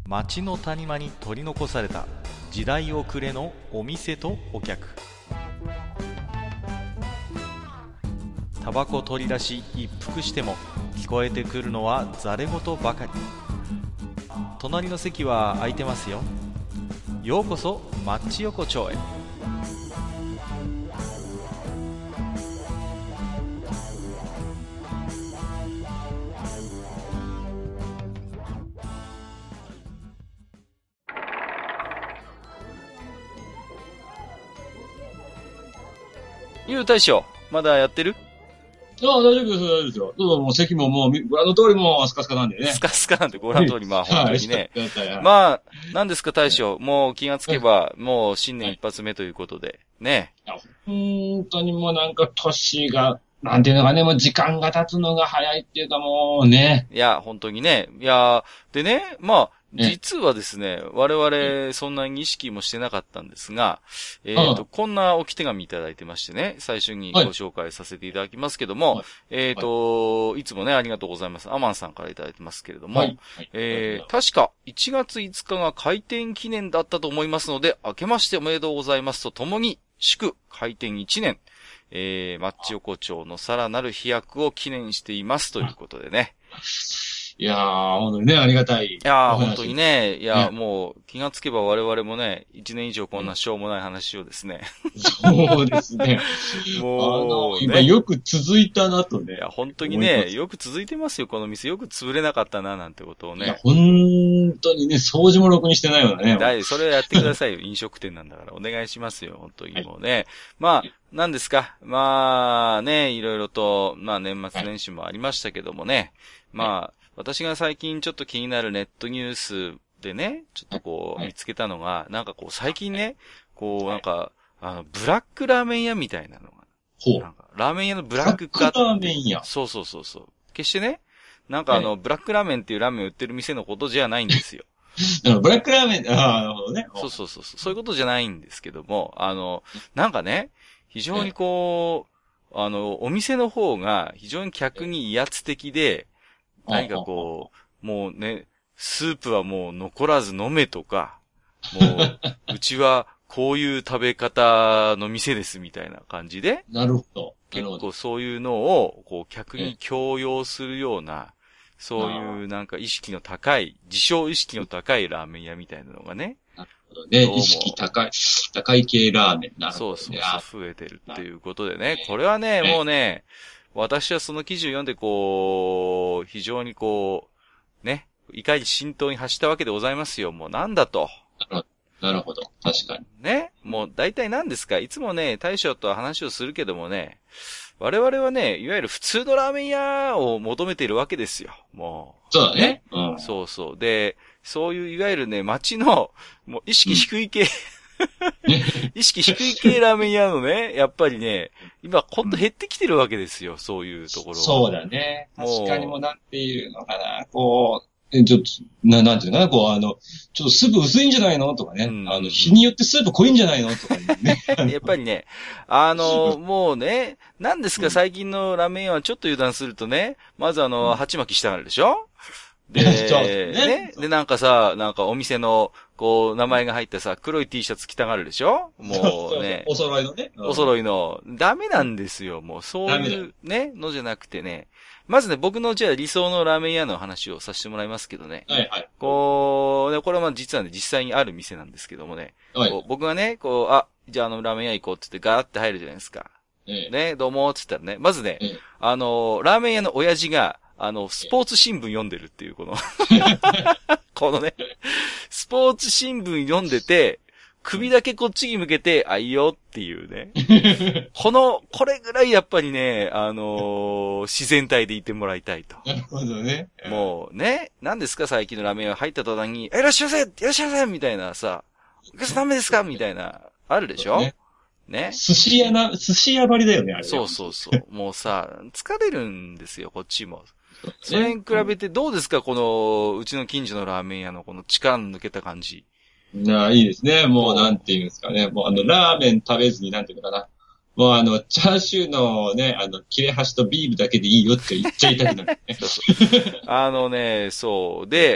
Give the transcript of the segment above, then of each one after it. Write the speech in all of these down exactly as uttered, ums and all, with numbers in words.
町の谷間に取り残された時代遅れのお店とお客。タバコ取り出し一服しても聞こえてくるのはざれ言ばかり。隣の席は空いてますよ。ようこそマッチ横丁へ。ゆう大将、まだやってる？ ああ、大丈夫です、大丈夫ですよ。どうぞ、もう席ももう、ご覧の通りもうスカスカなんでね。 スカスカなんでご覧の通り、まあ本当にね。 はい、 まあ、何ですか大将、もう気がつけば、もう新年一発目ということで、ね。 本当にもうなんか年が、なんていうのかね、もう時間が経つのが早いっていうかもうね。 いや、本当にね。いや、でね、まあ、実はですね、我々そんなに意識もしてなかったんですが、えっと、こんな置き手紙いただいてましてね、最初にご紹介させていただきますけども、えっと、いつもね、ありがとうございます。アマンさんからいただいてますけれども、えー、確かいちがついつかが開店記念だったと思いますので、明けましておめでとうございますとともに、祝開店いちねん、えー、マッチ横丁のさらなる飛躍を記念していますということでね。 いやー、本当にね、ありがたい。 いやー、本当にね、いや、もう、気がつけば我々もね、一年以上こんなしょうもない話をですね。 そうですね。もう、今よく続いたなとね。 いや、本当にね、よく続いてますよ、この店。よく潰れなかったな、なんてことをね。いや、 本当にね、掃除もろくにしてないよね。 だい、それやってくださいよ。飲食店なんだから。お願いしますよ、本当にもうね。まあ、何ですか。まあ、ね、いろいろと、まあ、年末年始もありましたけどもね。まあ、私が最近ちょっと気になるネットニュースでね、ちょっとこう見つけたのが、なんかこう最近ね、こうなんか、あの、ブラックラーメン屋みたいなのが。 ほう。 なんかラーメン屋のブラック化って。 ブラックラーメン屋。 そうそうそうそう。決してね、なんかあの、はい、ブラックラーメンっていうラーメンを売ってる店のことじゃないんですよ。 ブラックラーメン、ああ、なるほどね。 そうそうそうそう。そういうことじゃないんですけども、あの、なんかね、非常にこう、あの、お店の方が非常に客に威圧的で、何かこう、もうね、スープはもう残らず飲めとか、もう、うちはこういう食べ方の店ですみたいな感じで、 なるほど。 結構そういうのを、こう、客に強要するような、そういうなんか意識の高い、自称意識の高いラーメン屋みたいなのがね。 なるほどね。意識高い、高い系ラーメンなるほど、ね。 そうそうそう、増えてるっていうことでね。これはね、もうね、私はその記事を読んでこう、非常にこう、ね、いかに浸透に発したわけでございますよ。もうなんだと。 なるほど。確かに。 ね。もう大体何ですか。いつもね、大将と話をするけどもね、我々はね、いわゆる普通のラーメン屋を求めているわけですよ。もう。そうだね。 うん。そうそう。で、そういういわゆるね、街の、もう意識低い系、うん意識低い系ラーメン屋のね、やっぱりね、今ほんと減ってきてるわけですよ、そういうところは。 そうだね。確かにもうなんていうのかな、こう、ちょっと、な、なんていうのかな、こう、あの、ちょっとスープ薄いんじゃないのとかね、うん、あの、日によってスープ濃いんじゃないのとかね。 やっぱりね、あの、もうね、何ですか、最近のラーメン屋はちょっと油断するとね、まずあの、鉢巻きしたがるでしょで、ね、で、なんかさ、なんかお店の、こう、名前が入ったさ、黒い T シャツ着たがるでしょもうね。 お揃いのね。 お揃いの。ダメなんですよ、もう。そういうね、のじゃなくてね。まずね、僕のじゃあ理想のラーメン屋の話をさせてもらいますけどね。 はいはい。 こう、これは実はね、実際にある店なんですけどもね。はい、こう僕がね、こう、あ、じゃああのラーメン屋行こうって言ってガーって入るじゃないですか。ええ、ね、どうもって言ったらね、まずね、ええ、あの、ラーメン屋の親父が、あの、スポーツ新聞読んでるっていう、この、このね、スポーツ新聞読んでて、首だけこっちに向けて、あ、いいよっていうね。この、これぐらいやっぱりね、あのー、自然体でいてもらいたいと。 なるほどね。 もうね、何ですか最近のラーメン屋入った途端に、いらっしゃいませいらっしゃいませみたいなさ、お客さんダメですかみたいな、あるでしょね。ね。 寿司屋な、寿司屋張りだよね、あれ。 そうそうそう。もうさ、疲れるんですよ、こっちも。それに比べてどうですか、この、うちの近所のラーメン屋のこの力抜けた感じ。 なあ、いいですね。もう、なんていうんですかね。もう、あの、ラーメン食べずに、なんていうのかな。もう、あの、チャーシューのね、あの、切れ端とビールだけでいいよって言っちゃいたくなる、ね。 そうそうあのね、そう。で、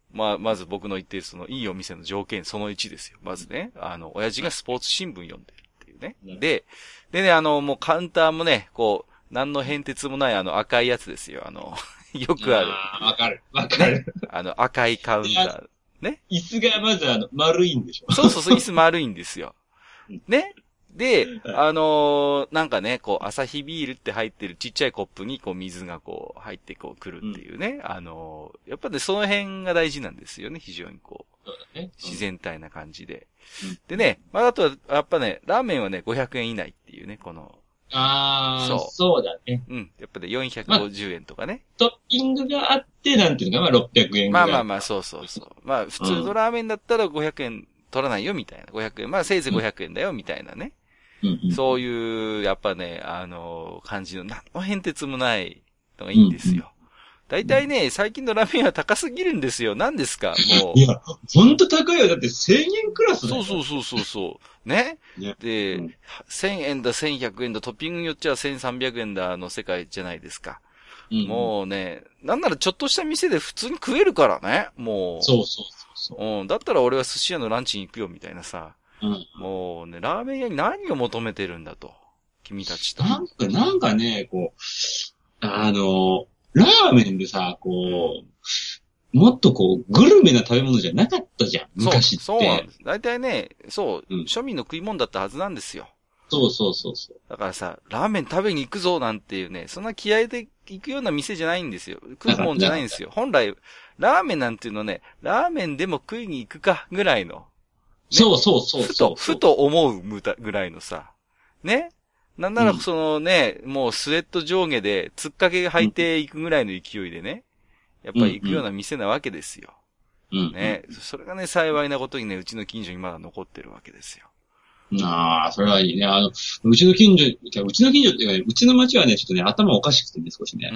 まあ、まず僕の言ってるそのいいお店の条件そのいちですよ。まずね、あの、親父がスポーツ新聞読んでるっていうね。で、でね、あの、もうカウンターもね、こう、何の変哲もないあの赤いやつですよ。あの、よくある。 ああ、わかる。わかる、 ね。あの赤いカウンター。ね。 椅子がまずあの、丸いんでしょ。 そうそうそう、椅子丸いんですよ。ね。で、あのー、なんかね、こう、アサヒビールって入ってるちっちゃいコップに、こう、水がこう、入ってこう、来るっていうね。うん、あのー、やっぱね、その辺が大事なんですよね、非常にこう。そうだね。うん、自然体な感じで。うん、でね、まあ、あとは、やっぱね、ラーメンはね、ごひゃくえん以内っていうね、この、 ああ、そう。そうだね。 うん。やっぱね、よんひゃくごじゅうえんとかね、 まあ。トッピングがあって、なんていうのか、まあ、ろっぴゃくえんぐらい。 まあまあまあ、そうそうそう。まあ、普通のラーメンだったらごひゃくえん取らないよ、みたいな。ごひゃくえん。まあ、せいぜいごひゃくえんだよ、みたいなね。うんうん、そういう、やっぱね、あの、感じの、何の変哲もないのがいいんですよ。大体、うんうん、ね、最近のラーメンは高すぎるんですよ。何ですか、もう。 いや、ほんと高いよ。だってせんえんクラスだよ。 そうそうそうそう。ね。ねで、うん、せんえんだ、せんひゃくえんだ、トッピングによっちゃせんさんびゃくえんだの世界じゃないですか。うんうん、もうね、なんならちょっとした店で普通に食えるからね。もう。 そうそうそうそう。 うん。だったら俺は寿司屋のランチに行くよ、みたいなさ。うん、もうね、ラーメン屋に何を求めてるんだと。君たちと。 なんか、なんかね、こう、あの、ラーメンでさ、こう、もっとこう、グルメな食べ物じゃなかったじゃん、昔って。 そう、そうなんです。大体ね、そう、うん、庶民の食い物だったはずなんですよ。 そうそうそうそう。 だからさ、ラーメン食べに行くぞなんていうね、そんな気合で行くような店じゃないんですよ。食うもんじゃないんですよ。本来、ラーメンなんていうのね、ラーメンでも食いに行くかぐらいの。 ね、そうそうそうそう。 ふと、ふと思うぐらいのさ。ね。なんならそのね、うん、もうスウェット上下で、つっかけ履いていくぐらいの勢いでね、やっぱり行くような店なわけですよ。うんうん、ね。それがね、幸いなことにね、うちの近所にまだ残ってるわけですよ。 ああ、それはいいね。あの、うちの近所、うちの近所っていうかね、うちの町はね、ちょっとね、頭おかしくてね、少しね。うん。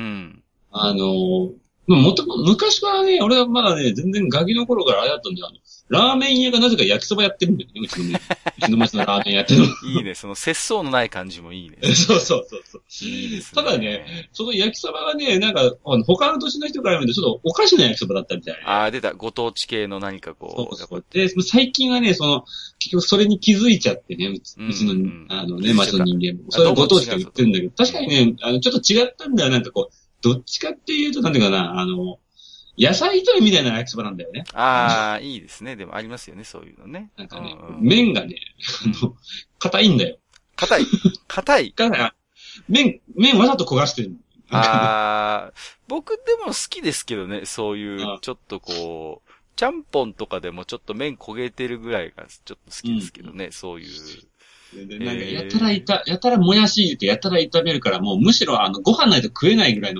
あの、もとも、昔はね、俺はまだね、全然ガキの頃からあれだったんだよ。ラーメン屋がなぜか焼きそばやってるんだよね、うちのね。うちの町のラーメン屋ってるの。 いいね、その節操のない感じもいいね。 そうそうそうそう。 いいですね。 ただね、その焼きそばがね、なんか、他の年の人から見るとちょっとおかしな焼きそばだったみたいな、ね。 ああ、出た。ご当地系の何かこう。 そうそう。で、最近はね、その、結局それに気づいちゃってね、うち,、うんうん、うちの、あのね、町の人間も。それご当地で言ってるんだけど、確かにね、あの、ちょっと違ったんだよ。なんかこう、どっちかっていうと、なんていうかな、あの、野菜炒めみたいな焼きそばなんだよね。 ああ、いいですね。でもありますよね、そういうのね。 なんかね、うんうん、麺がね、あの、硬いんだよ。 硬い硬い硬い。麺、麺わざと焦がしてる。 ああ、僕でも好きですけどね、そういう、ちょっとこう、ちゃんぽんとかでもちょっと麺焦げてるぐらいがちょっと好きですけどね、うん、そういう。 でなんかやたらいた、やたらもやし入れてやたら炒めるから、もうむしろあの、ご飯ないと食えないぐらいの。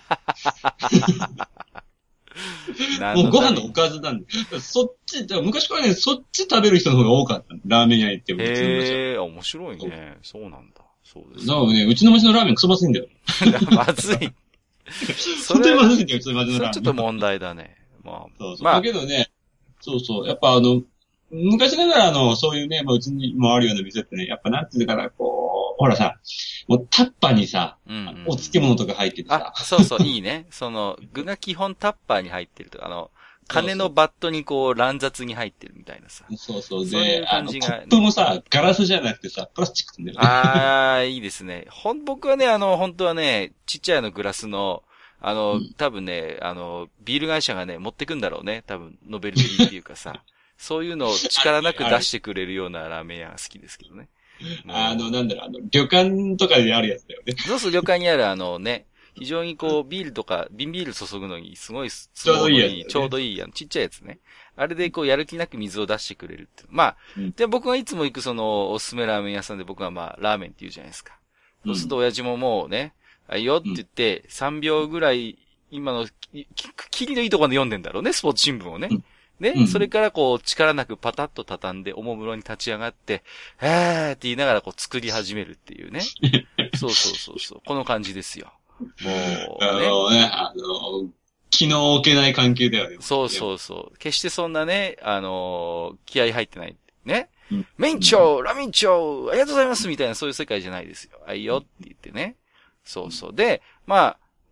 もうご飯のおかずなんで。そっち、昔からね、そっち食べる人の方が多かった。ラーメン屋行っても。 へえ、面白いね。そうなんだ。そうです、 ね。だからね、うちの町のラーメンクソまずいんだよ。 まずい。 それはまずいんだよ、うちの町のラーメン。 ちょっと問題だね。まあ。 そうそう。まあ、だけどね、そうそう。やっぱあの、昔ながらの、そういうね、まあ、うちにもあるような店ってね、やっぱなんていうかな、こう、ほらさ、もうタッパーにさ、うんうんうん、お漬物とか入っててさ。 あ、そうそう、いいね。その、具が基本タッパーに入ってるとか、あの、金のバットにこう乱雑に入ってるみたいなさ。 そうそう。で、そういう感じが、ね、あの、コップもさ、ガラスじゃなくてさ、プラスチックなんだよね。 ああ、いいですね。ほん、僕はね、あの、本当はね、ちっちゃいのグラスの、あの、うん、多分ね、あの、ビール会社がね、持ってくんだろうね。多分、ノベルティっていうかさ。そういうのを力なく出してくれるようなラーメン屋が好きですけどね。 あの、なんだろう、あの、旅館とかであるやつだよね。 そうそう、旅館にあるあのね、非常にこう、ビールとか、瓶ビール注ぐのに、すごい、 ちょうどいいやつ、ね。 ちょうどいいやん。ちっちゃいやつね。あれでこう、やる気なく水を出してくれるって。まあ、うん、で、僕がいつも行くその、おすすめラーメン屋さんで僕はまあ、ラーメンって言うじゃないですか。うん、そうすると親父ももうね、あいよって言って、さんびょうぐらい、今の、きりのいいところで読んでんだろうね、スポーツ新聞をね。うんね、うん、それからこう、力なくパタッと畳んで、おもむろに立ち上がって、へーって言いながらこう、作り始めるっていうね。そうそうそうそう。この感じですよ。もう、ね。 あのね、あの、気の置けない関係だよね。 そうそうそう。決してそんなね、あの、気合入ってない。ね。うん、メイン長、ラミン長、ありがとうございますみたいなそういう世界じゃないですよ。あいよって言ってね。そうそう。で、まあ、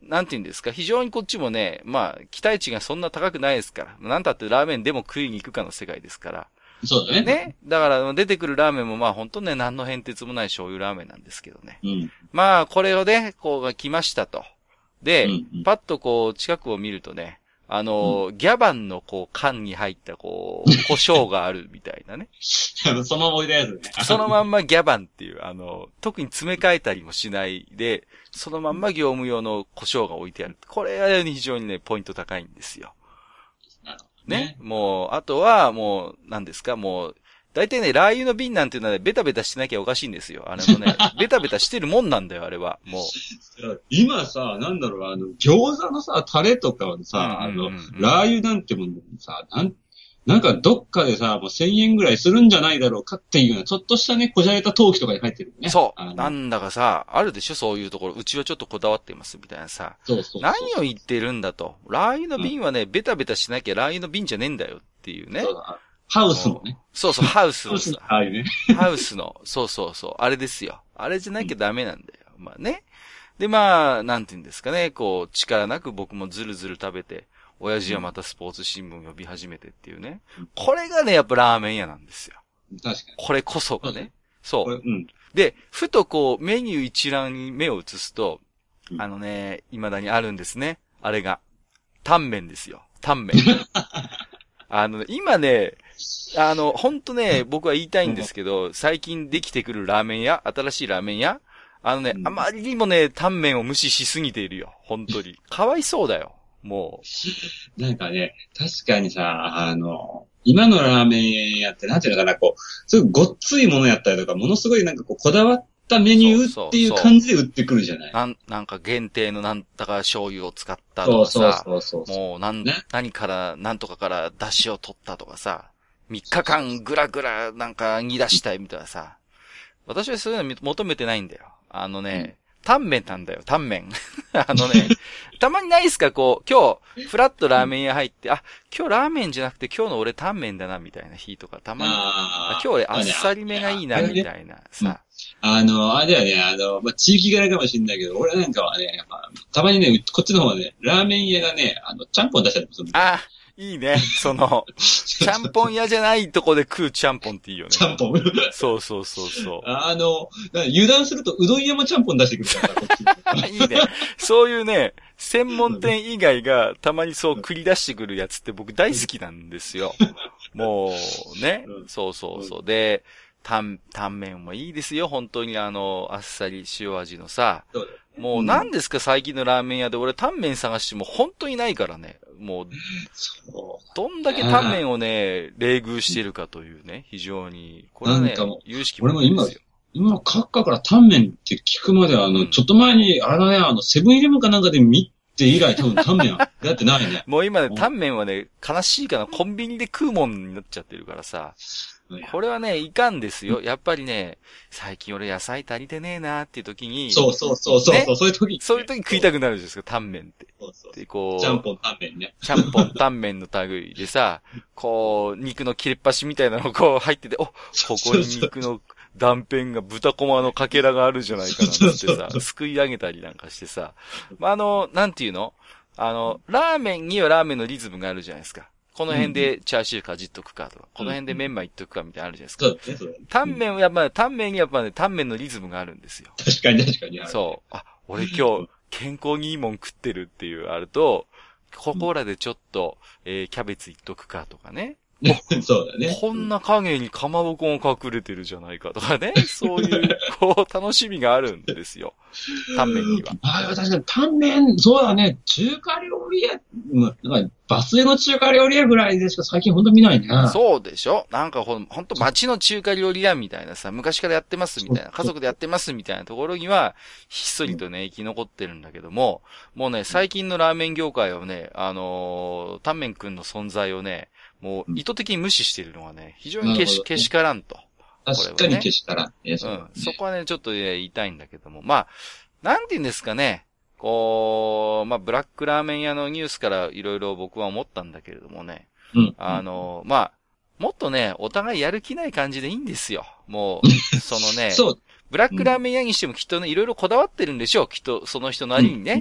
なんて言うんですか、非常にこっちもね、まあ、期待値がそんな高くないですから。なんたってラーメンでも食いに行くかの世界ですから。 そうだね。 ね。だから出てくるラーメンもまあ本当ね、何の変哲もない醤油ラーメンなんですけどね。 うん、 まあ、これをね、こう来ましたと。で、 うんうん、 パッとこう近くを見るとね、あの、うん、ギャバンのこう缶に入ったこう、胡椒があるみたいなね。 そのまま置いたやつね。 そのまんまギャバンっていう、あの、特に詰め替えたりもしないで、そのまんま業務用の胡椒が置いてある。これは非常にね、ポイント高いんですよ。ね。ね。もう、あとはもう、何ですか、もう、大体ね、ラー油の瓶なんていうのはね、ベタベタしてなきゃおかしいんですよ。あれもね、ベタベタしてるもんなんだよ、あれは。もう。 今さ、なんだろう、あの、餃子のさ、タレとかはさ、あの、ラー油なんてもんさ、なん、なんかどっかでさ、もうせんえんぐらいするんじゃないだろうかっていうような、ちょっとしたね、こじゃれた陶器とかに入ってるね。 そう。なんだかさ、あるでしょ、そういうところ。うちはちょっとこだわっています、みたいなさ。 そうそうそう。 何を言ってるんだと。ラー油の瓶はね、うん、ベタベタしなきゃラー油の瓶じゃねえんだよっていうね。 そうだ。ハウスのね。 そうそう、ハウスの。ハウスの。ああいうね。 ハウスの。そうそうそう。あれですよ。あれじゃなきゃダメなんだよ。うん、まあね。で、まあ、なんて言うんですかね。こう、力なく僕もずるずる食べて、親父はまたスポーツ新聞呼び始めてっていうね。うん、これがね、やっぱラーメン屋なんですよ。 確かに。 これこそがね。そう。 うん、 で、ふとこう、メニュー一覧に目を移すと、うん、あのね、未だにあるんですね。あれが。タンメンですよ。タンメン。あの、今ね、あの、ほんとね、僕は言いたいんですけど、最近できてくるラーメン屋、新しいラーメン屋、あのね、うん、あまりにもね、タンメンを無視しすぎているよ。本当に。かわいそうだよ。もう。なんかね、確かにさ、あの、今のラーメン屋ってなんていうのかな、こう、すごいごっついものやったりとか、ものすごいなんかこう、こだわったメニューっていう感じで売ってくるじゃない。 なん、なんか限定のなんだか醤油を使ったとかさ、そうそうそうそうもうなん、ね、何から、なんとかから出汁を取ったとかさ、みっかかんぐらぐらなんか煮出したいみたいなさ、私はそういうの求めてないんだよ。あのね、うんタンメンなんだよ、タンメン。あのね、たまにないっすか、こう、今日、フラッとラーメン屋入って、あ、今日ラーメンじゃなくて今日の俺タンメンだな、みたいな日とか、たまに、あ今日俺あっさりめがいいな、みたいな、さ。 あの、あれだよね、あの、まあ、地域柄かもしれないけど、俺なんかはね、まあ、たまにね、こっちの方はね、ラーメン屋がね、あの、ちゃんぽん出したりもするんだよ。 あいいね。その、ちゃんぽん屋じゃないとこで食うちゃんぽんっていいよね。 ちゃんぽん。 そうそうそうそう。 あの、油断するとうどん屋もちゃんぽん出してくるから、こっち。 いいね。そういうね、専門店以外がたまにそう繰り出してくるやつって僕大好きなんですよ。もう、ね。そうそうそう。で、タン、タンメンもいいですよ。本当にあの、あっさり塩味のさ。もう何ですか、最近のラーメン屋で俺タンメン探しても本当にないからね。もう、どんだけタンメンをね、冷遇してるかというね、非常に、これはね、有識も俺も今、今、閣下からタンメンって聞くまであの、うん、ちょっと前に、あれだね、あの、セブンイレブンかなんかで見て以来多分タンメンはやってないね。 もう今ね、タンメンはね、悲しいかな、コンビニで食うもんになっちゃってるからさ。これはね、いかんですよ。やっぱりね、最近俺野菜足りてねえなーっていう時に。 そうそうそうそう、ね、そういう時に、ね。 そういう時食いたくなるじゃないですか、タンメンって。 そうそうで、こう。 ちゃんぽんタンメンね。 ちゃんぽんタンメンの類でさ、こう、肉の切れっ端みたいなのこう入ってて、お、ここに肉の断片が豚こまのかけらがあるじゃないかなんつってさ、すくい上げたりなんかしてさ。まあ、あの、なんていうのあの、ラーメンにはラーメンのリズムがあるじゃないですか。この辺でチャーシューかじっとくかとか、この辺でメンマいっとくかみたいなのあるじゃないですか。そうですね。タンメンはやっぱ、タンメンにやっぱね、タンメンのリズムがあるんですよ。 確かに確かにある。 そう。あ、俺今日健康にいいもん食ってるっていうあると、ここらでちょっと、えー、キャベツいっとくかとかね。 そうだね。 こんな影にかまぼこが隠れてるじゃないかとかね。そういう、こう、楽しみがあるんですよ。タンメンには。 ああ、確かに、タンメン、そうだね。中華料理屋、なんか、バスへの中華料理屋ぐらいでしか最近ほんと見ないね。 そうでしょなんかほん、ほんと街の中華料理屋みたいなさ、昔からやってますみたいな、家族でやってますみたいなところには、ひっそりとね、生き残ってるんだけども、もうね、最近のラーメン業界はね、あのー、タンメンくんの存在をね、もう意図的に無視しているのがね、非常にけし、けしからんと。 確かにけしからん。 うん。そこはね、ちょっと言いたいんだけども、まあ、なんて言うんですかね。こう、まあ、ブラックラーメン屋のニュースからいろいろ僕は思ったんだけれどもね。 うん。 あの、まあ、もっとね、お互いやる気ない感じでいいんですよ。もう、そのね、 そう。 ブラックラーメン屋にしてもきっとね、いろいろこだわってるんでしょう。きっと、その人なりにね。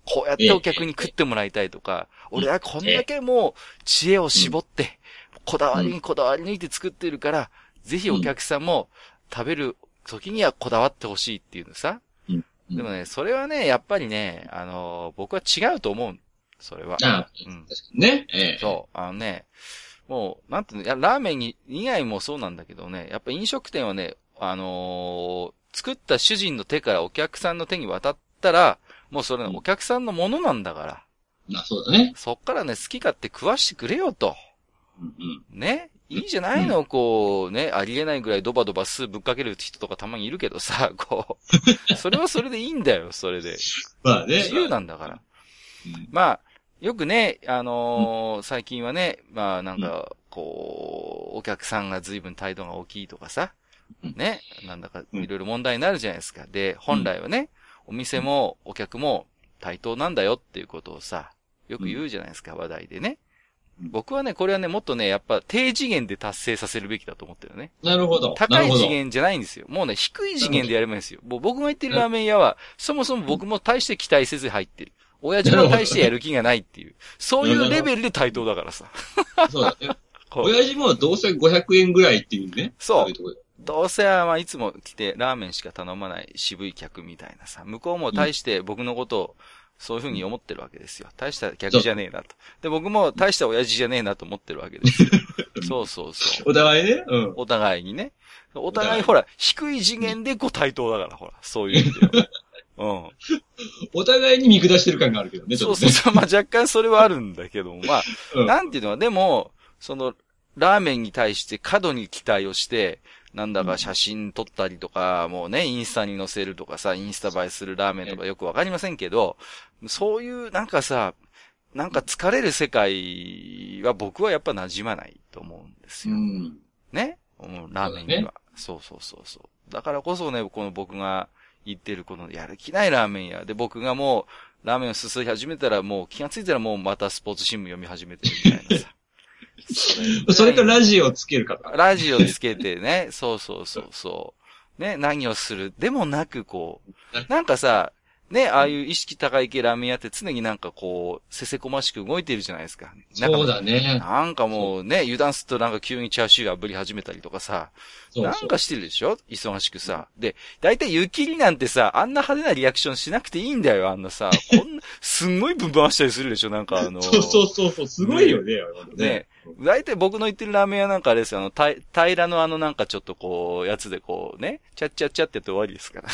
こうやってお客に食ってもらいたいとか、俺はこんだけもう知恵を絞って、こだわりにこだわり抜いて作ってるから、ぜひお客さんも食べる時にはこだわってほしいっていうのさ。でもね、それはね、やっぱりね、あの、僕は違うと思う。それは。 ああ、うん、確かにね。ええ、 そう。あのね、もう、なんていうの、いや、ラーメンに以外もそうなんだけどね、やっぱ飲食店はね、あのー、作った主人の手からお客さんの手に渡ったら、もうそれはお客さんのものなんだから。 うん、あ、そうだね。 そっからね、好き勝手食わしてくれよと。 うんうん、 ね。いいじゃないの、うん、こう、ね、ありえないぐらいドバドバ酢ぶっかける人とかたまにいるけどさ、こう。それはそれでいいんだよ、それで。 まあね。 自由なんだから。うん、まあ、よくね、あのーうん、最近はね、まあなんか、こう、お客さんが随分態度が大きいとかさ、ね、なんだかいろいろ問題になるじゃないですか。で、本来はね、お店もお客も対等なんだよっていうことをさ、よく言うじゃないですか、話題でね。僕はね、これはね、もっとね、やっぱ低次元で達成させるべきだと思ってるね。 なるほど。 高い次元じゃないんですよ。もうね、低い次元でやればいいんですよ。もう僕が言ってるラーメン屋は、そもそも僕も大して期待せず入ってる。親父も大してやる気がないっていう。そういうレベルで対等だからさ。 そうだね。親父もどうせごひゃくえんぐらいっていうね。 そう。どうせは、まあ、いつも来てラーメンしか頼まない渋い客みたいなさ。向こうも大して僕のことを、そういうふうに思ってるわけですよ。大した客じゃねえなと。で、僕も大した親父じゃねえなと思ってるわけですよ。そうそうそう。 お互いね。うん。 お互いにね。お互いほら、低い次元でこう対等だから、ほら、そういう意味では。うん。 お互いに見下してる感があるけどね。 そうそうそう。まあ若干それはあるんだけども、まあ、うん、なんていうのは、でも、その、ラーメンに対して過度に期待をして、なんだか写真撮ったりとか、もうね、インスタに載せるとかさ、インスタ映えするラーメンとかよくわかりませんけど、そういうなんかさ、なんか疲れる世界は僕はやっぱ馴染まないと思うんですよ。うん、ね、うん、ラーメンには、ね。そうそうそうそう。だからこそね、この僕が言ってるこのやる気ないラーメン屋で僕がもうラーメンをすすり始めたらもう気がついたらもうまたスポーツ新聞読み始めてるみたいなさ。 そ, それとラジオをつけるか。 ラジオつけてね、そうそうそうそう。ね、何をするでもなくこう、なんかさ、ね、ああいう意識高い系ラーメン屋って常になんかこう、せせこましく動いてるじゃないですか。 そうだね。 なんかもうね、油断するとなんか急にチャーシュー炙り始めたりとかさ、そうそうなんかしてるでしょ忙しくさ。で、だいたい湯切りなんてさ、あんな派手なリアクションしなくていいんだよ、あんなさ。こんな、すんごいぶん回したりするでしょなんかあの。 そうそうそうそう、すごいよね。 ね。ねだいたい僕の言ってるラーメン屋なんかあれですよ、あの、た、平らのあのなんかちょっとこう、やつでこうね、チャッチャッチャってやって終わりですから。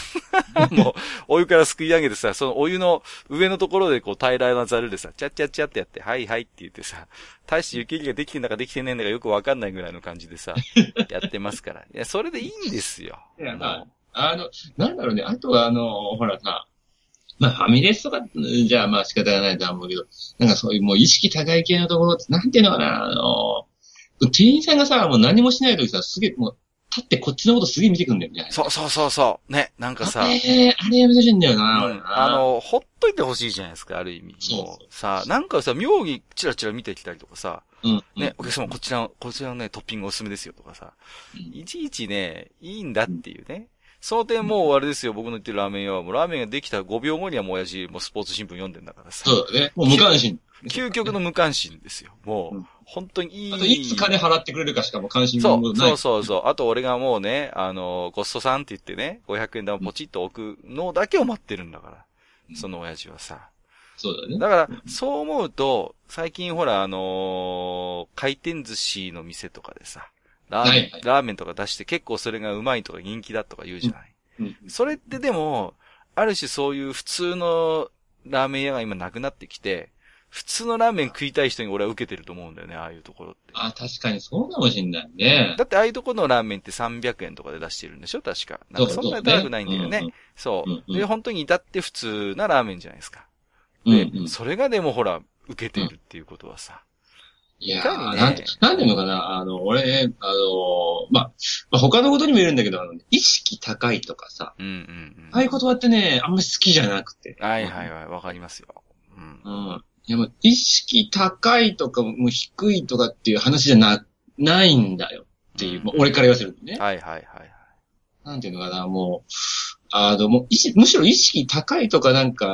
もう、お湯からすくい上げてさ、そのお湯の上のところでこう平らなザルでさ、チャッチャッチャってやって、はいはいって言ってさ、大して湯切りができてんだかできてねえんだかよくわかんないぐらいの感じでさ、やってますから。いや、それでいいんですよ。 いや、まあ、あの、なんだろうね、あとはあの、ほらさ、まあファミレスとか、じゃあまあ仕方がないとは思うけど、なんかそういうもう意識高い系のところって、なんていうのかな、あの、店員さんがさ、もう何もしないときさ、すげえ、もう、立ってこっちのことすげえ見てくんだよね。 そうそうそうそう。ね、なんかさ。 あれ、あれやめてほしいんだよな、 うん、あの、ほっといてほしいじゃないですか、ある意味。そうそうさ、なんかさ、妙にチラチラ見てきたりとかさ、うん、ね、お客様こちら、こちらのね、トッピングおすすめですよとかさ、うん、いちいちね、いいんだっていうね。その点もうあれですよ、僕の言ってるラーメン屋は、もうラーメンができたごびょうごにはもう親父、もうスポーツ新聞読んでんだからさ。 そうだね。もう無関心。 究極の無関心ですよ。もう、うん、本当にいい。 あと、いつ金払ってくれるかしかも関心がない。 そうそうそうそう。あと、俺がもうね、あの、ごっそさんって言ってね、ごひゃくえん玉ポチッと置くのだけを待ってるんだから。うん、その親父はさ。 そうだね。 だから、そう思うと、最近ほら、あのー、回転寿司の店とかでさ、ラーメン、はいはい、ラーメンとか出して結構それがうまいとか人気だとか言うじゃない。うんうん、それってでも、ある種そういう普通のラーメン屋が今なくなってきて、普通のラーメン食いたい人に俺は受けてると思うんだよね、ああいうところって。 あ、確かにそうかもしんないね。 だってああいうところのラーメンってさんびゃくえんとかで出してるんでしょ確か。なんかそんなに高くないんだよね。そう、うんうん。で、本当に至って普通なラーメンじゃないですか。で、うんうん、それがでもほら、受けているっていうことはさ。 いやー、ね、なんて、なんていうのかな、あの、俺、あの、まあ、まあ、他のことにも言えるんだけど、あの、意識高いとかさ、うんうんうん、ああいう言葉ってね、あんまり好きじゃなくて。 はいはいはい、わかりますよ。 うん。うん。いや、もう、意識高いとか、もう低いとかっていう話じゃな、ないんだよっていう、うん、俺から言わせるとね。 はいはいはい。 なんていうのかな、もう、あの、もう、むしろ意識高いとかなんか、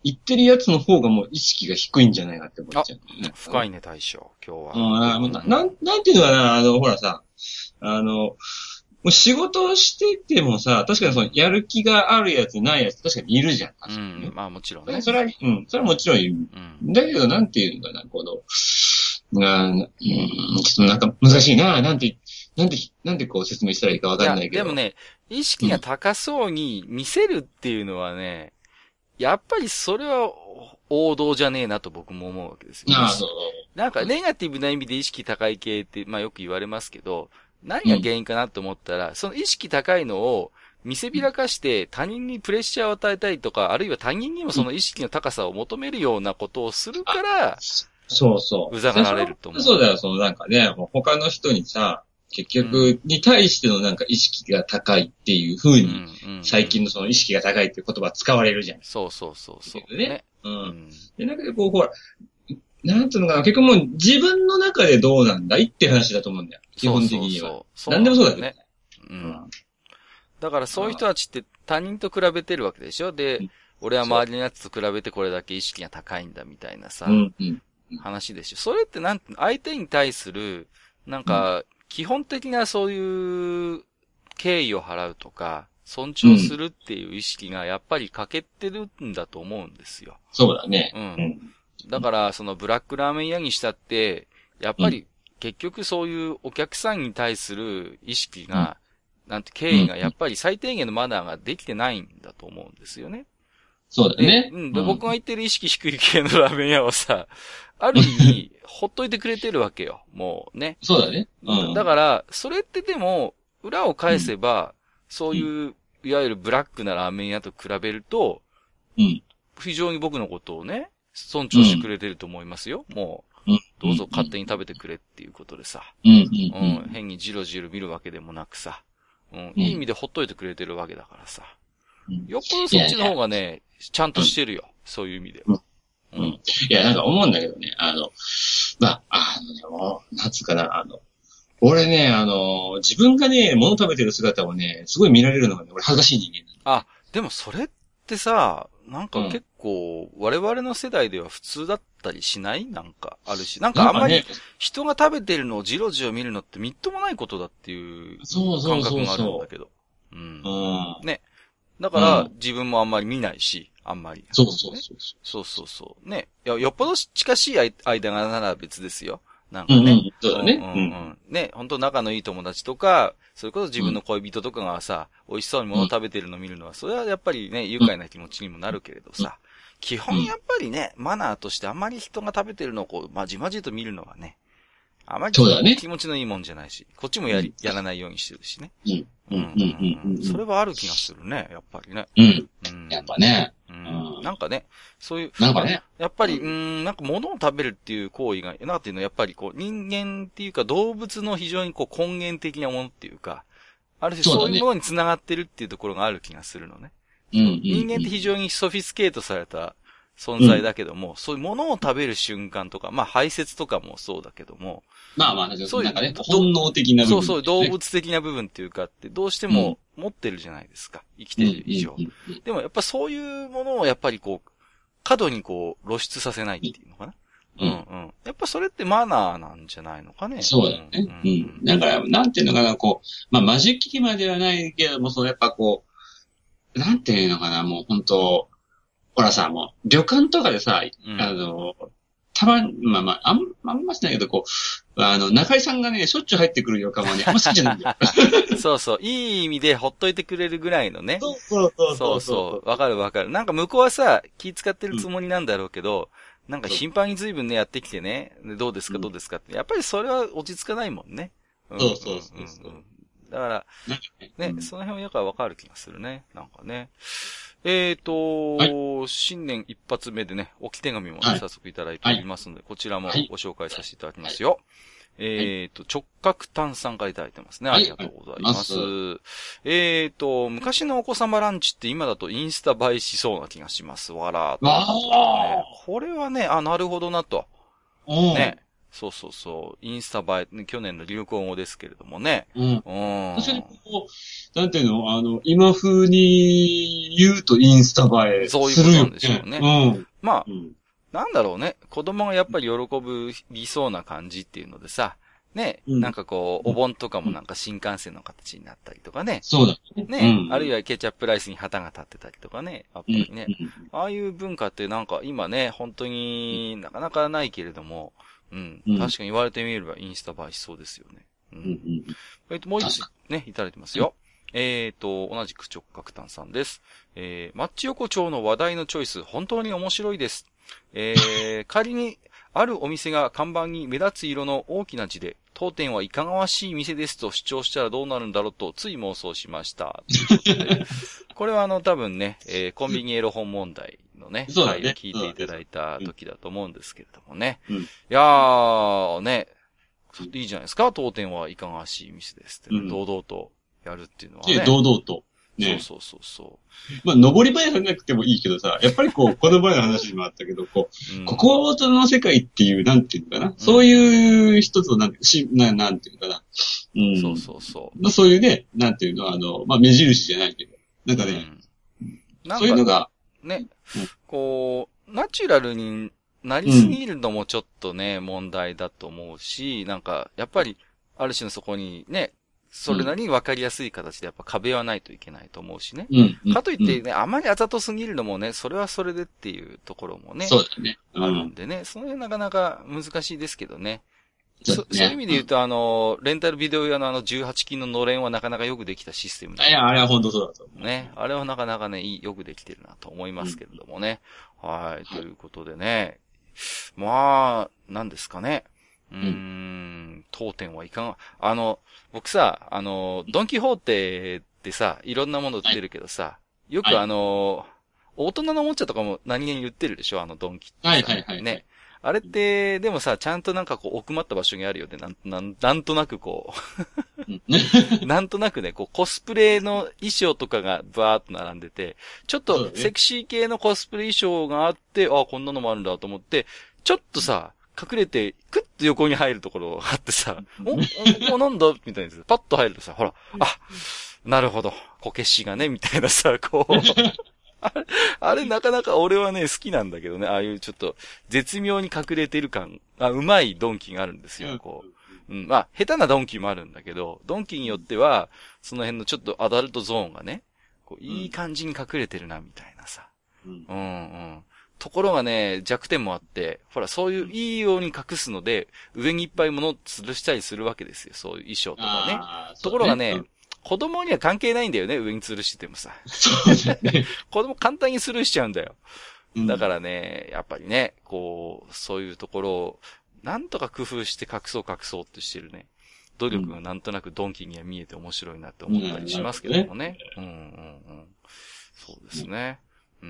言ってるやつの方がもう意識が低いんじゃないかって思っちゃう、 ね。深いね、大将、今日は。うん、な、なん、なんていうのかな、あの、ほらさ、あの、もう仕事をしててもさ、確かにその、やる気があるやつ、ないやつ、確かにいるじゃん。確かにね、 うん、まあもちろんね。 それは、うん、それはもちろんいる。うん、だけど、なんていうのかな、この、が、うん、ちょっとなんか難しいな、なんて、なんで、なんでこう説明したらいいかわかんないけど。 でもね、意識が高そうに見せるっていうのはね、うん、やっぱりそれは王道じゃねえなと僕も思うわけですよ。 ああ、そう。 なんかネガティブな意味で意識高い系って、まあよく言われますけど、何が原因かなと思ったら、うん、その意識高いのを見せびらかして他人にプレッシャーを与えたりとか、あるいは他人にもその意識の高さを求めるようなことをするから、 そうそう。 うざがられると思う。 そうだよ、そのなんかね、他の人にさ、結局、に対してのなんか意識が高いっていう風に、最近のその意識が高いっていう言葉使われるじゃん。 そうそうそうそう。 ね。ねうん。で、なんかこう、ほら、なんていうのかな、結局もう自分の中でどうなんだいって話だと思うんだよ。基本的には。そうそうそう。なんでもそうだね。 うん。だからそういう人たちって他人と比べてるわけでしょ。で、うん、俺は周りのやつと比べてこれだけ意識が高いんだみたいなさ、うんうん、話でしょ。それってなんて、相手に対する、なんか、基本的なそういう敬意を払うとか、尊重するっていう意識がやっぱり欠けてるんだと思うんですよ。 そうだね。 うん。だから、そのブラックラーメン屋にしたって、やっぱり結局そういうお客さんに対する意識が、うん、なんて敬意がやっぱり最低限のマナーができてないんだと思うんですよね。 そうだね。 うん。で、僕が言ってる意識低い系のラーメン屋はさ、ある意味、ほっといてくれてるわけよ。もうね。 そうだね。うん。 だから、それってでも、裏を返せば、うん、そういう、いわゆるブラックなラーメン屋と比べると、うん。非常に僕のことをね、尊重してくれてると思いますよ。うん、もう、うん、どうぞ勝手に食べてくれっていうことでさ。うん。うん。変にジロジロ見るわけでもなくさ。うん。いい意味でほっといてくれてるわけだからさ。うん、よっぽどそっちの方がね、ちゃんとしてるよ。そういう意味では。 うん。うん。いや、なんか思うんだけどね、あの、まあ、あの、でも、なんつうかな、あの、俺ね、あの、自分がね、物食べてる姿をね、すごい見られるのがね、俺恥ずかしい人間なんだ。あ、でもそれってさ、なんか結構、我々の世代では普通だったりしない？なんかあるし。なんかあんまり人が食べてるのをじろじろ見るのってみっともないことだっていう感覚があるんだけど。うん。ね。だから、自分もあんまり見ないし、あんまり。 そうそうそう。 そうそうそう。ね。いや、よっぽど近しい間柄なら別ですよ。なんかね。うんうん、 そうだね。 うんうん。ね、本当仲のいい友達とか、それこそ自分の恋人とかがさ、うん、美味しそうに物食べてるのを見るのは、それはやっぱりね、愉快な気持ちにもなるけれどさ、基本やっぱりね、マナーとしてあんまり人が食べてるのをこう、まじまじと見るのはね、あまり気持ちのいいもんじゃないし、こっちもやり、やらないようにしてるしね。うん。うん。それはある気がするね、やっぱりね。 うん。うん、やっぱね。 うん。なんかね、そういう、 なんかね。 やっぱり、うん、なんか物を食べるっていう行為が、なんていうの、やっぱりこう、人間っていうか動物の非常にこう根源的なものっていうか、ある種そういうものに繋がってるっていうところがある気がするのね。うん。人間って非常にソフィスケートされた存在だけども、うん、そういうものを食べる瞬間とか、まあ排泄とかもそうだけども、 まあまあ、そういうなんかね、本能的な部分、 ね。そうそう、動物的な部分っていうかって、どうしても持ってるじゃないですか。生きてる以上。でもやっぱそういうものをやっぱりこう、過度にこう露出させないっていうのかな。うん、うん、うん。やっぱそれってマナーなんじゃないのかね。 そうだね。うん。うん、だから、なんていうのかな、こう、まあ、マジックまではないけども、そのやっぱこう、なんていうのかな、もう本当ほらさ、もう、旅館とかでさ、うん、あの、たま、まあまあ、あんま、あんましないけど、こう、あの、中井さんがね、しょっちゅう入ってくる旅館はね、あんま好きじゃないんだよ。 そうそう。いい意味でほっといてくれるぐらいのね。 そうそうそうそうそう。わかるわかる。なんか向こうはさ、気使ってるつもりなんだろうけど、うん、なんか頻繁に随分ね、やってきてね、どうですかどうですかって。やっぱりそれは落ち着かないもんね。 うん、そうそうそうそう、うん。 だから、ね、うん、その辺はやっぱりわかる気がするね。なんかね。えーと、はい、新年一発目でね、置き手紙も、ね、はい、早速いただいておりますので、こちらもご紹介させていただきますよ。はい、えーと、直角炭酸からいただいてますね。ありがとうございます。はい、えーと、昔のお子様ランチって今だとインスタ映えしそうな気がします。わらーと、ね。これはね、あ、なるほどなと。ね。 そうそうそう。インスタ映え、去年の流行語ですけれどもね。 うん。うん。確かにこう、なんていうの、あの、今風に言うとインスタ映えするよね。 そういうことなんでしょうね。 うん。 まあ、 うん、 なんだろうね。子供がやっぱり喜びそうな感じっていうのでさ、ね、うん、なんかこう、お盆とかもなんか新幹線の形になったりとかね。 そうだね。ね、うん、あるいはケチャップライスに旗が立ってたりとかね。やっぱりね。 うん、 ああいう文化ってなんか今ね、本当になかなかないけれども、うん。うん、確かに言われてみればインスタ映えしそうですよね。うん。うん、えっと、もう一つね、いただいてますよ。えっと、同じく直角炭さんです。えー、マッチ横丁の話題のチョイス、本当に面白いです。えー、仮に、あるお店が看板に目立つ色の大きな字で、当店はいかがわしい店ですと主張したらどうなるんだろうと、つい妄想しました。これはあの、多分ね、えー、コンビニエロ本問題のね、 回を聞いていただいた時だと思うんですけれどもね。 うん、 いやー、ね、いいじゃないですか、当店はいかがわしい店ですってね、うん、堂々とやるっていうのはね。 堂々と。ね、 そうそうそうそう。 まあ、登り場じゃなくてもいいけどさ、やっぱりこう、この前の話にもあったけど、こう、うん、ここは大人の世界っていう、なんていうのかな、うん、そういう一つの、なんて、し、ななんていうのかな。 うん。そうそうそう。 まあ、そういうね、なんていうの、あの、まあ、目印じゃないけど、なんかね、うん、なんかそういうのが、 ね、うん、こう、ナチュラルになりすぎるのもちょっとね、うん、問題だと思うし、なんか、やっぱり、ある種のそこにね、それなりに分かりやすい形でやっぱ壁はないといけないと思うしね。 うん、 かといってね、うん、あまりあざとすぎるのもね、それはそれでっていうところもね。 そうだね。 うん、あるんでね、その辺なかなか難しいですけどね。そ, ねそういう意味で言うと、あの、レンタルビデオ用のあのじゅうはちきんののれんはなかなかよくできたシステムだ。いや、あれは本当そうだと思う。ね。あれはなかなかね、いい、よくできてるなと思いますけれどもね。うん、はい。ということでね。まあ、なんですかね。うーん、当店はいかが、あの、僕さ、あの、ドンキホーテってさ、いろんなもの売ってるけどさ、はい、よくあの、はい、大人のおもちゃとかも何気に売ってるでしょあのドンキって。 はいはいはい。 ね。あれって、でもさ、ちゃんとなんかこう奥まった場所にあるよね。なん、なん、なんとなくこう。なんとなくね、こうコスプレの衣装とかがバーっと並んでて、ちょっとセクシー系のコスプレ衣装があって、あ、こんなのもあるんだと思って、ちょっとさ、隠れて、クッと横に入るところがあってさ、お、お、なんだみたいな。パッと入るとさ、ほら、あ、なるほど、こけしがね、みたいなさ、こう。あれ、あれなかなか俺はね、好きなんだけどね、ああいうちょっと、絶妙に隠れてる感、あ、うまいドンキがあるんですよ、こう。うん、まあ、下手なドンキもあるんだけど、ドンキによっては、その辺のちょっとアダルトゾーンがね、こういい感じに隠れてるな、みたいなさ。うん、うん、うん。ところがね、弱点もあって、ほら、そういういいように隠すので、上にいっぱい物を吊るしたりするわけですよ。そういう衣装とかね。ところがね、うん、子供には関係ないんだよね、上に吊るしててもさ。 そうね、 子供簡単にスルーしちゃうんだよ。うん、だからね、やっぱりね、こう、そういうところを、なんとか工夫して隠そう隠そうってしてるね。努力がなんとなくドンキには見えて面白いなって思ったりしますけどもね。うん、うん、うん。そうですね。うん。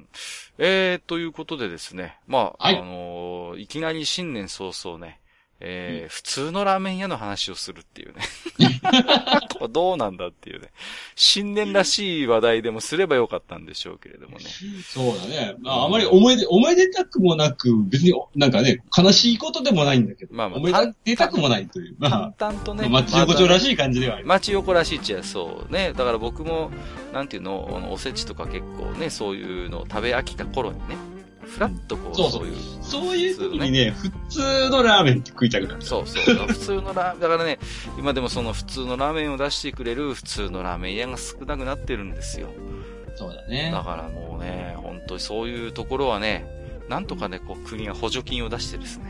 えー、ということでですね。まあ、はい、あのー、いきなり新年早々ね、えーうん、普通のラーメン屋の話をするっていうね。これどうなんだっていうね。新年らしい話題でもすればよかったんでしょうけれどもね。 そうだね。まあ、あまり思い出、思い出たくもなく、別になんかね、悲しいことでもないんだけど。まあまあ、思い出たくもないという。まあ、 淡々とね。 町横丁らしい感じではある。 町横らしいっちゃそうね。だから僕も、なんていうの、おせちとか結構ね、そういうのを食べ飽きた頃にね。フラッとこう、 そうそういう。そういう時にね、普通のラーメンって食いたくなる。 そうそう。普通のラーメン、だからね、今でもその普通のラーメンを出してくれる普通のラーメン屋が少なくなってるんですよ。 そうだね。 だからもうね、本当にそういうところはね、なんとかね、こう国が補助金を出してですね。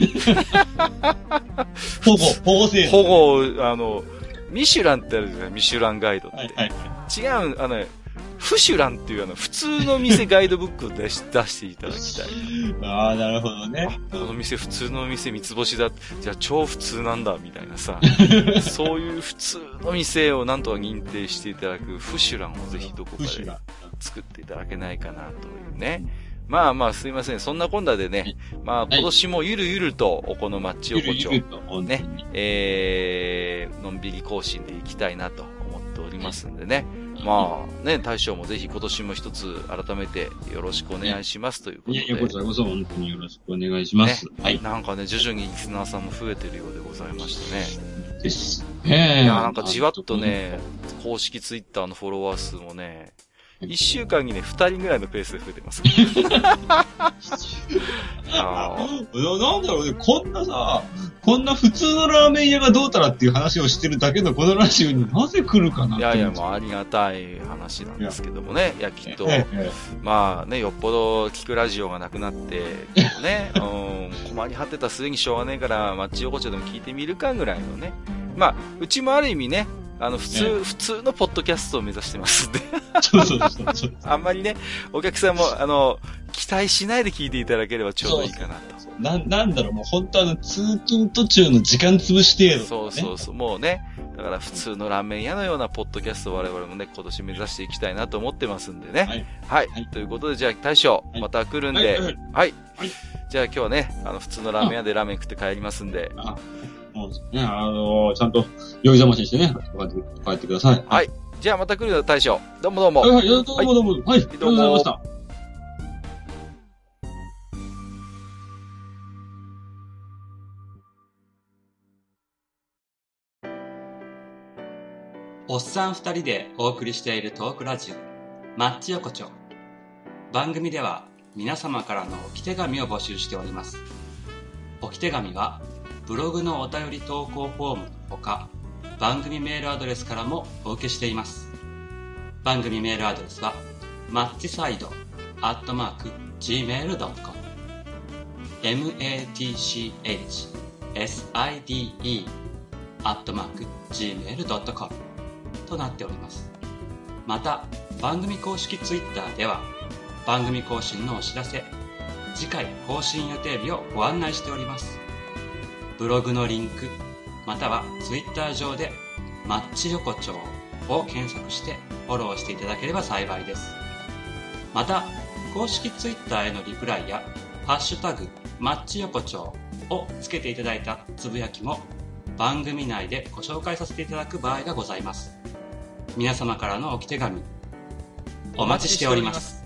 保護、保護制度。 保護、あの、ミシュランってあるじゃない、ミシュランガイドって。 はいはいはい、違う、あのね、フシュランっていうあの、普通の店ガイドブックを出し、出していただきたい。 ああ、なるほどね。 この店普通の店三つ星だ。じゃあ超普通なんだ、みたいなさ。そういう普通の店をなんとか認定していただくフシュランをぜひどこかで作っていただけないかなというね。まあまあすいません。そんなこんなでね、まあ今年もゆるゆるとおこのマッチ横丁、ね、えー、のんびり更新でいきたいなと思っておりますんでね。 まあね、大将もぜひ今年も一つ改めてよろしくお願いしますということで。 いやいや、こちらこそ本当によろしくお願いします。 ね、はい。なんかね、徐々にリスナーさんも増えてるようでございましてね。 です。ねえ。いや、なんかじわっとね、公式ツイッターのフォロワー数もね、一週間にね、二人ぐらいのペースで増えてます。 あなんだろうね、こんなさ、こんな普通のラーメン屋がどうたらっていう話をしてるだけのこのラジオになぜ来るかなって。 いやいや、もうありがたい話なんですけどもね。いや、きっと、まあね、よっぽど聞くラジオがなくなって、ね、うん、困り果てた末にしょうがねえから、マッチ横丁でも聞いてみるかぐらいのね。まあ、うちもある意味ね、あの、普通、ね、普通のポッドキャストを目指してますんで。 そうそうそうそう。 あんまりね、お客さんも、あの、期待しないで聞いていただければちょうどいいかなと。 そうそうな、なんだろう、もう本当あの、通勤途中の時間潰し程度、ね。 そうそうそう。もうね、だから普通のラーメン屋のようなポッドキャストを我々もね、今年目指していきたいなと思ってますんでね。はい。はい。はい、ということで、じゃあ大将、はい、また来るんで、はい。はいはい、はい。じゃあ今日はね、あの、普通のラーメン屋でラーメン食って帰りますんで。 あもうね、あのー、ちゃんと酔いざましにしてね、帰ってください。 はい。じゃあまた来るよ、大将。どうもどうも。 はいはい、どうもどうも。はい、はい、ありがとうございました。 おっさん二人でお送りしているトークラジオ、マッチ横丁。番組では皆様からの置き手紙を募集しております。置き手紙は、ブログのお便り投稿フォームのほか、番組メールアドレスからもお受けしています。番組メールアドレスは、マッチサイドアットマーク ジーメールドットコム マッチサイド アットマーク ジーメールドットコム となっております。また、番組公式ツイッターでは、番組更新のお知らせ、次回更新予定日をご案内しております。ブログのリンク、またはツイッター上でマッチ横丁を検索してフォローしていただければ幸いです。また、公式ツイッターへのリプライやハッシュタグマッチ横丁をつけていただいたつぶやきも番組内でご紹介させていただく場合がございます。皆様からの置き手紙お待ちしております。